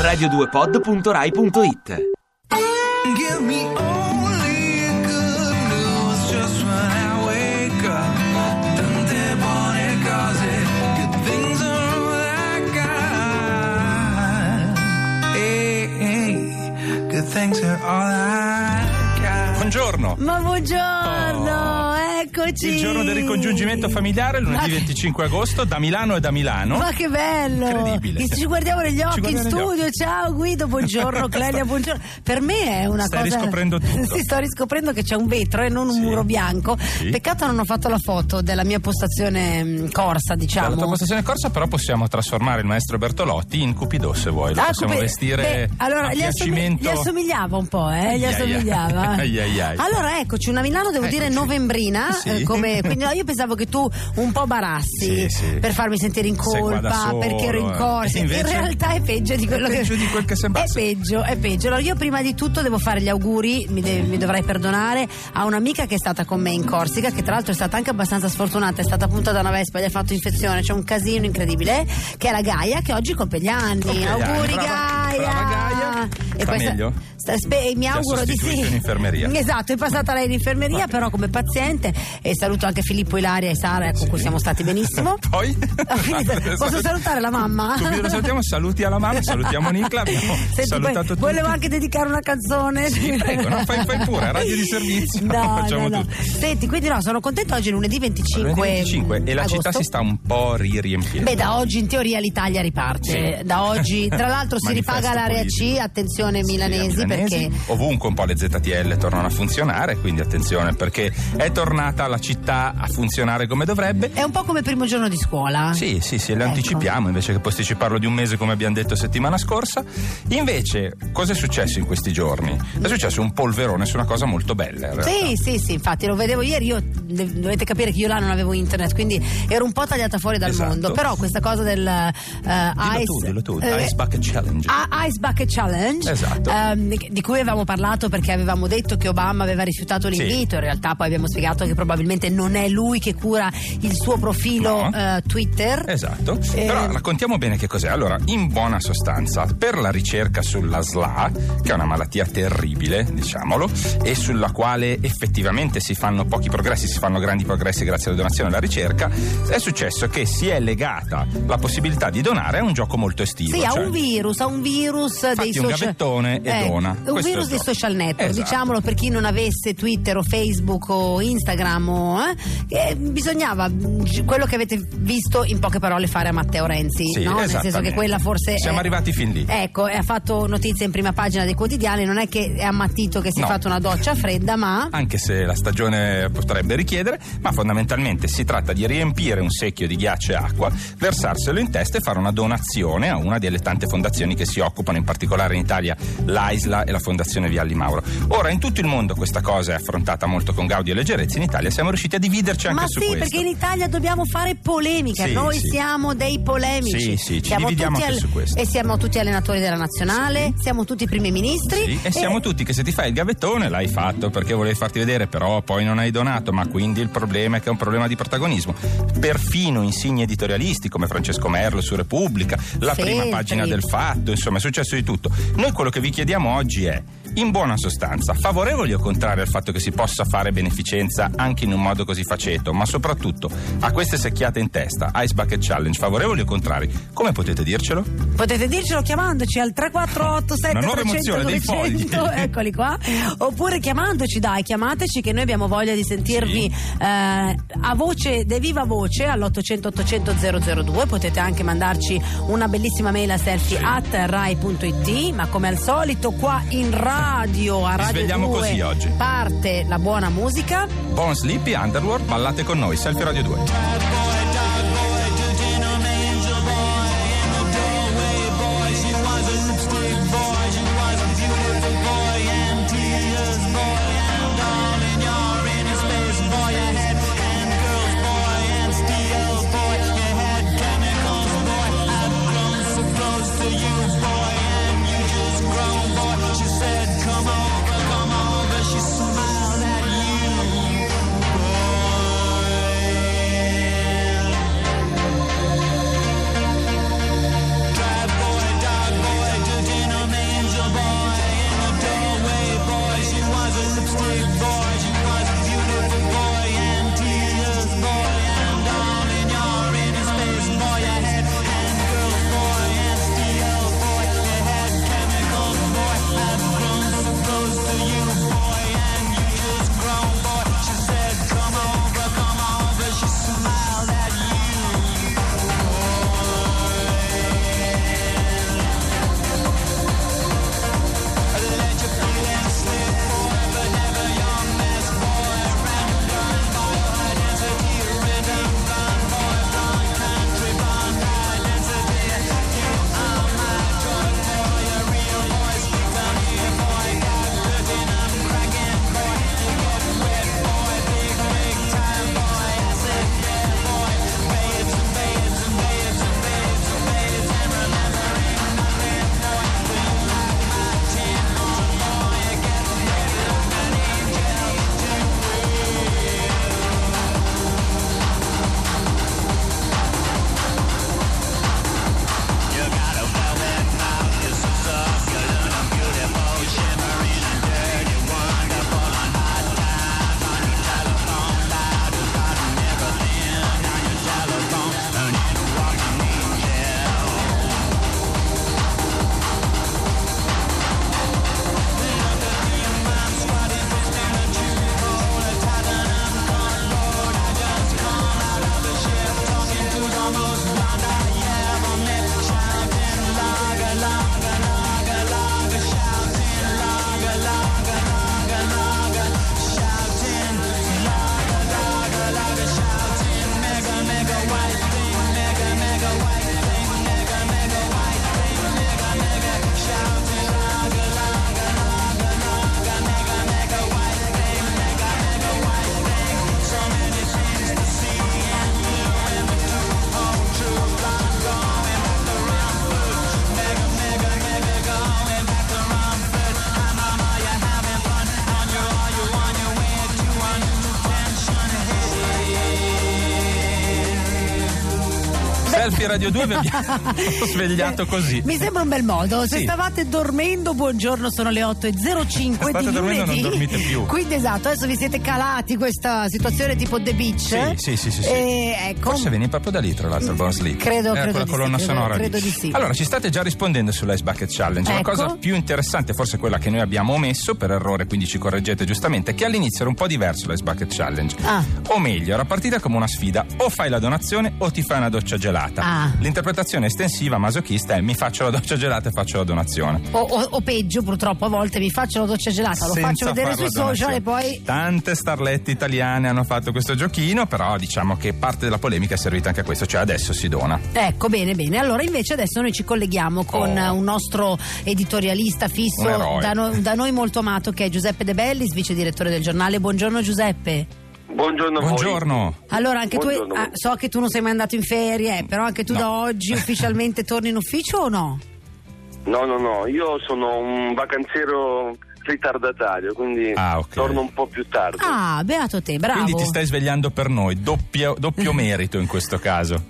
radio2pod.rai.it. Give me only good news just when I wake up. Tante buone cose, good things are all I got. Hey, good things are all I got. Buongiorno. Ma buongiorno, eccoci. Il giorno del ricongiungimento familiare, lunedì 25 agosto, da Milano e da Milano. Ma che bello! Incredibile. Ci guardiamo negli occhi in studio. Ciao Guido, buongiorno. Clelia, buongiorno. Per me è una Stai cosa. riscoprendo tutto. Sì, sto riscoprendo che c'è un vetro e non un muro bianco. Sì. Peccato non ho fatto la foto della mia postazione corsa, diciamo. La tua postazione corsa, però possiamo trasformare il maestro Bertolotti in Cupido, se vuoi. Lo possiamo vestire allora, a gli piacimento. assomigliava un po', gli assomigliava. Allora eccoci, una Milano devo dire novembrina, Sì. quindi io pensavo che tu un po' barassi per farmi sentire in Sei qua da colpa solo, perché ero in corsa. Invece in realtà è peggio di quello di quel che sembrasse. È peggio. Allora io prima di tutto devo fare gli auguri, mi dovrai perdonare, a un'amica che è stata con me in Corsica, che tra l'altro è stata anche abbastanza sfortunata, è stata punta da una vespa, gli ha fatto infezione, c'è un casino incredibile, che è la Gaia, che oggi compie gli anni. Auguri Gaia. Brava Gaia. E Sta meglio? Mi auguro di sì. In infermeria. Esatto, è passata lei in infermeria, però come paziente, e saluto anche Filippo, Ilaria e Sara con cui siamo stati benissimo. Poi? Posso salutare la mamma? Subito lo salutiamo, saluti alla mamma, salutiamo Nicla, abbiamo salutato tutti. Volevo anche dedicare una canzone. Sì, prego, no, fai pure, radio di servizio. Facciamo tutto. Senti, quindi sono contento, oggi è lunedì 25 e la agosto. città si sta un po' riempiendo. Beh, da oggi in teoria l'Italia riparte. Sì. Da oggi, tra l'altro, si ripaga l'area C, attenzione milanesi, perché ovunque un po' le ZTL tornano a funzionare, quindi attenzione, perché è tornata la città a funzionare come dovrebbe. È un po' come il primo giorno di scuola. Sì, le anticipiamo invece che posticiparlo di un mese come abbiamo detto settimana scorsa. Invece, cosa è successo in questi giorni? È successo un polverone su una cosa molto bella in realtà. Sì, infatti lo vedevo ieri. Io dovete capire che io là non avevo internet, quindi ero un po' tagliata fuori dal mondo. Però questa cosa del Dillo tu. Ice Bucket Challenge. Ice Bucket Challenge, esatto. Di cui avevamo parlato perché avevamo detto che Obama aveva rifiutato l'invito. In realtà poi abbiamo spiegato che probabilmente non è lui che cura il suo profilo Twitter. Esatto. Però raccontiamo bene che cos'è. Allora, in buona sostanza, per la ricerca sulla SLA, che è una malattia terribile, diciamolo, e sulla quale effettivamente si fanno pochi progressi, si fanno grandi progressi grazie alla donazione e alla ricerca, è successo che si è legata la possibilità di donare a un gioco molto estivo. Sì, a un virus dei social. Un gavettone e dona. Un virus dei social network, esatto. Diciamolo per chi non avesse Twitter o Facebook o Instagram, bisognava quello che avete visto in poche parole fare a Matteo Renzi, sì, no? Nel senso che quella forse siamo arrivati fin lì. Ecco, ha fatto notizia in prima pagina dei quotidiani, non è che è ammattito che si è fatto una doccia fredda, ma anche se la stagione potrebbe richiedere, ma fondamentalmente si tratta di riempire un secchio di ghiaccio e acqua, versarselo in testa e fare una donazione a una delle tante fondazioni che si occupano, in particolare in Italia l'AISLA e la Fondazione Vialli Mauro. Ora, in tutto il mondo questa cosa è affrontata molto con gaudio e leggerezza, in Italia siamo riusciti a dividerci anche su questo. Ma sì, perché in Italia dobbiamo fare polemica, noi siamo dei polemici. Sì, ci dividiamo anche su questo. E siamo tutti allenatori della nazionale, siamo tutti primi ministri. E siamo tutti che se ti fai il gavettone l'hai fatto perché volevi farti vedere, però poi non hai donato, ma quindi il problema è che è un problema di protagonismo. Perfino insigni editorialisti come Francesco Merlo su Repubblica, la prima pagina del Fatto, insomma è successo di tutto. Noi quello che vi chiediamo oggi è, in buona sostanza, favorevoli o contrari al fatto che si possa fare beneficenza anche in un modo così faceto, ma soprattutto a queste secchiate in testa, Ice Bucket Challenge, favorevoli o contrari? Come potete dircelo? Potete dircelo chiamandoci al 348 7300 900, eccoli qua, oppure chiamandoci, chiamateci che noi abbiamo voglia di sentirvi a voce, de viva voce, all'800 800 002. Potete anche mandarci una bellissima mail a selfie@rai.it, ma come al solito qua in radio, a Radio 2 svegliamo così oggi. Parte la buona musica. Born Sleepy, Underworld, ballate con noi, Selfie Radio 2. She's smiled at you, boy. Selfie Radio 2 vi abbiamo svegliato così. Mi sembra un bel modo. Se Sì. stavate dormendo, buongiorno, sono le 8:05 State di dormendo, lunedì. non dormite più. Quindi esatto, adesso vi siete calati questa situazione tipo The Beach. Sì. E ecco. Forse vieni proprio da lì, tra l'altro, il bonus lì. Credo quella di colonna sì, sonora credo lì. di sì. Allora, ci state già rispondendo sull'Ice Bucket Challenge. La Ecco. cosa più interessante, forse quella che noi abbiamo omesso per errore, quindi ci correggete giustamente, è che all'inizio era un po' diverso l'Ice Bucket Challenge. Ah. O meglio, era partita come una sfida: o fai la donazione o ti fai una doccia gelata. Ah. L'interpretazione estensiva masochista è: mi faccio la doccia gelata e faccio la donazione. O peggio, purtroppo, a volte mi faccio la doccia gelata, lo Senza faccio vedere far la sui social e donazione. poi. Tante starlette italiane hanno fatto questo giochino, però diciamo che parte della polemica è servita anche a questo, cioè adesso si dona. Ecco, bene. Allora invece adesso noi ci colleghiamo con un nostro editorialista fisso, Un eroe. da noi molto amato, che è Giuseppe De Bellis, vice direttore del giornale. Buongiorno Giuseppe. Buongiorno a voi. Buongiorno. Allora anche Buongiorno. tu, so che tu non sei mai andato in ferie, però anche tu No. da oggi ufficialmente torni in ufficio o no? No, io sono un vacanziero ritardatario, quindi Ok. torno un po' più tardi. Ah, beato te, bravo. Quindi ti stai svegliando per noi, doppio merito in questo caso.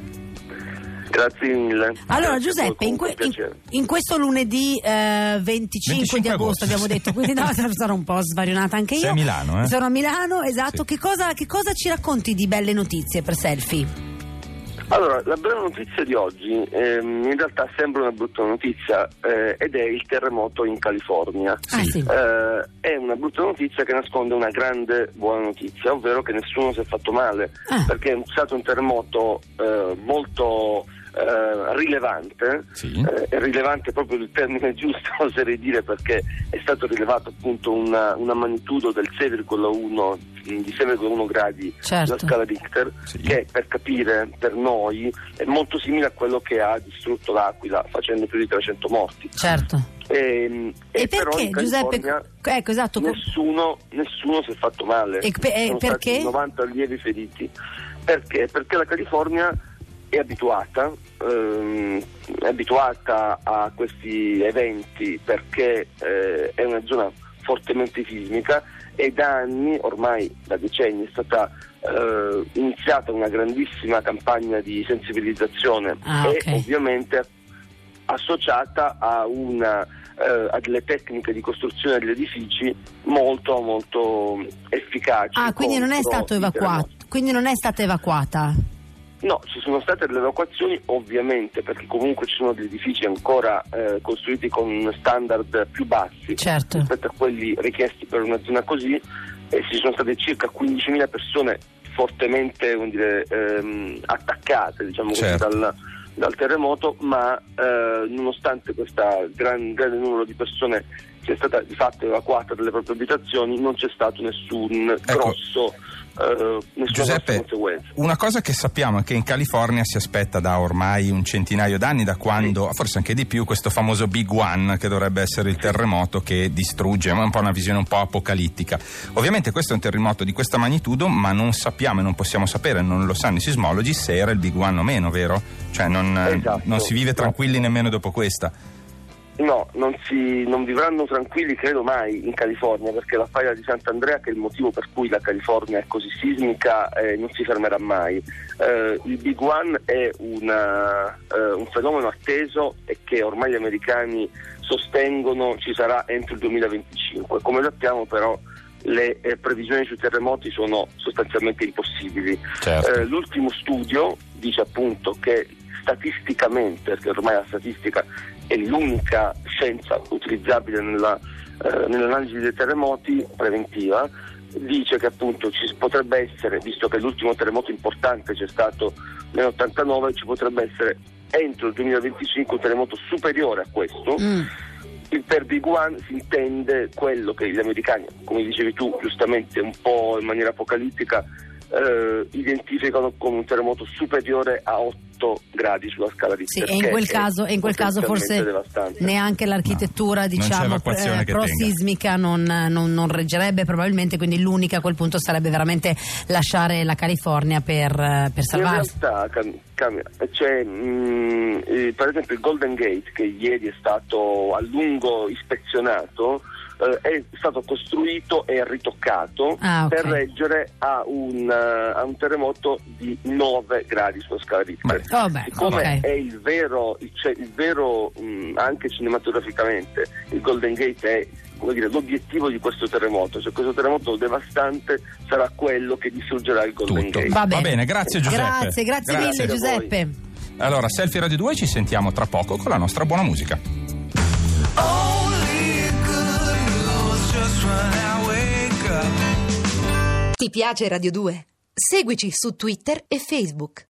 Grazie mille. Allora Grazie, Giuseppe, piacere. in questo lunedì 25 di agosto abbiamo detto, quindi no, sarò un po' svarionata anche io. Sei a Milano, eh? Sono a Milano, esatto. Sì. Che cosa ci racconti di belle notizie per Selfie? Allora, la bella notizia di oggi in realtà sembra una brutta notizia ed è il terremoto in California. Ah, sì. È una brutta notizia che nasconde una grande buona notizia, ovvero che nessuno si è fatto male, perché è stato un terremoto molto rilevante. Sì. È rilevante proprio il termine giusto, oserei dire, perché è stato rilevato appunto una magnitudo del 6,1 di 6,1 gradi Certo. sulla scala Richter, Sì. che per capire per noi è molto simile a quello che ha distrutto l'Aquila, facendo più di 300 morti. Certo. E però perché in Giuseppe? California Ecco, esatto. nessuno si è fatto male. Sono perché? stati 90 allievi feriti. Perché? Perché la California è abituata a questi eventi, perché è una zona fortemente sismica e da anni, ormai da decenni, è stata iniziata una grandissima campagna di sensibilizzazione ok. e ovviamente associata a delle tecniche di costruzione degli edifici molto molto efficaci. Quindi non è contro stato i evacuato. terremoti. Quindi non è stata evacuata. No, ci sono state delle evacuazioni ovviamente, perché comunque ci sono degli edifici ancora costruiti con standard più bassi Certo. rispetto a quelli richiesti per una zona così, e ci sono state circa 15.000 persone fortemente attaccate, diciamo così, Certo. dal terremoto, ma nonostante questo grande numero di persone che è stata di fatto evacuata dalle proprie abitazioni, non c'è stato nessun grosso nessuna Giuseppe, conseguenza. una cosa che sappiamo è che in California si aspetta da ormai un centinaio d'anni, da quando, forse anche di più, questo famoso Big One, che dovrebbe essere il terremoto che distrugge, ma è un po' una visione un po' apocalittica. Ovviamente questo è un terremoto di questa magnitudo, ma non sappiamo e non possiamo sapere, non lo sanno i sismologi, se era il Big One o meno, vero? Cioè Esatto. non si vive tranquilli nemmeno dopo questa. No, non vivranno tranquilli credo mai in California, perché la faglia di Sant'Andrea, che è il motivo per cui la California è così sismica, non si fermerà mai. Il Big One è un fenomeno atteso e che ormai gli americani sostengono ci sarà entro il 2025. Come sappiamo però le previsioni sui terremoti sono sostanzialmente impossibili. Certo. L'ultimo studio dice appunto che statisticamente, perché ormai la statistica è l'unica scienza utilizzabile nell'analisi dei terremoti preventiva, dice che appunto ci potrebbe essere, visto che l'ultimo terremoto importante c'è stato nell'89, ci potrebbe essere entro il 2025 un terremoto superiore a questo. Per Big One si intende quello che gli americani, come dicevi tu giustamente un po' in maniera apocalittica, identificano come un terremoto superiore a 8 gradi sulla scala Richter. Sì, e in quel caso forse devastante. neanche l'architettura diciamo prosismica non reggerebbe probabilmente, quindi l'unica a quel punto sarebbe veramente lasciare la California per salvarsi. In realtà c'è per esempio il Golden Gate, che ieri è stato a lungo ispezionato, è stato costruito e ritoccato per reggere a un terremoto di 9 gradi sulla scala Richter. Siccome è il vero anche cinematograficamente il Golden Gate è, come dire, l'obiettivo di questo terremoto, cioè questo terremoto devastante sarà quello che distruggerà il Golden Gate. Va bene, grazie Giuseppe. Grazie mille Giuseppe. Allora, Selfie Radio 2, ci sentiamo tra poco con la nostra buona musica. Ti piace Radio 2? Seguici su Twitter e Facebook.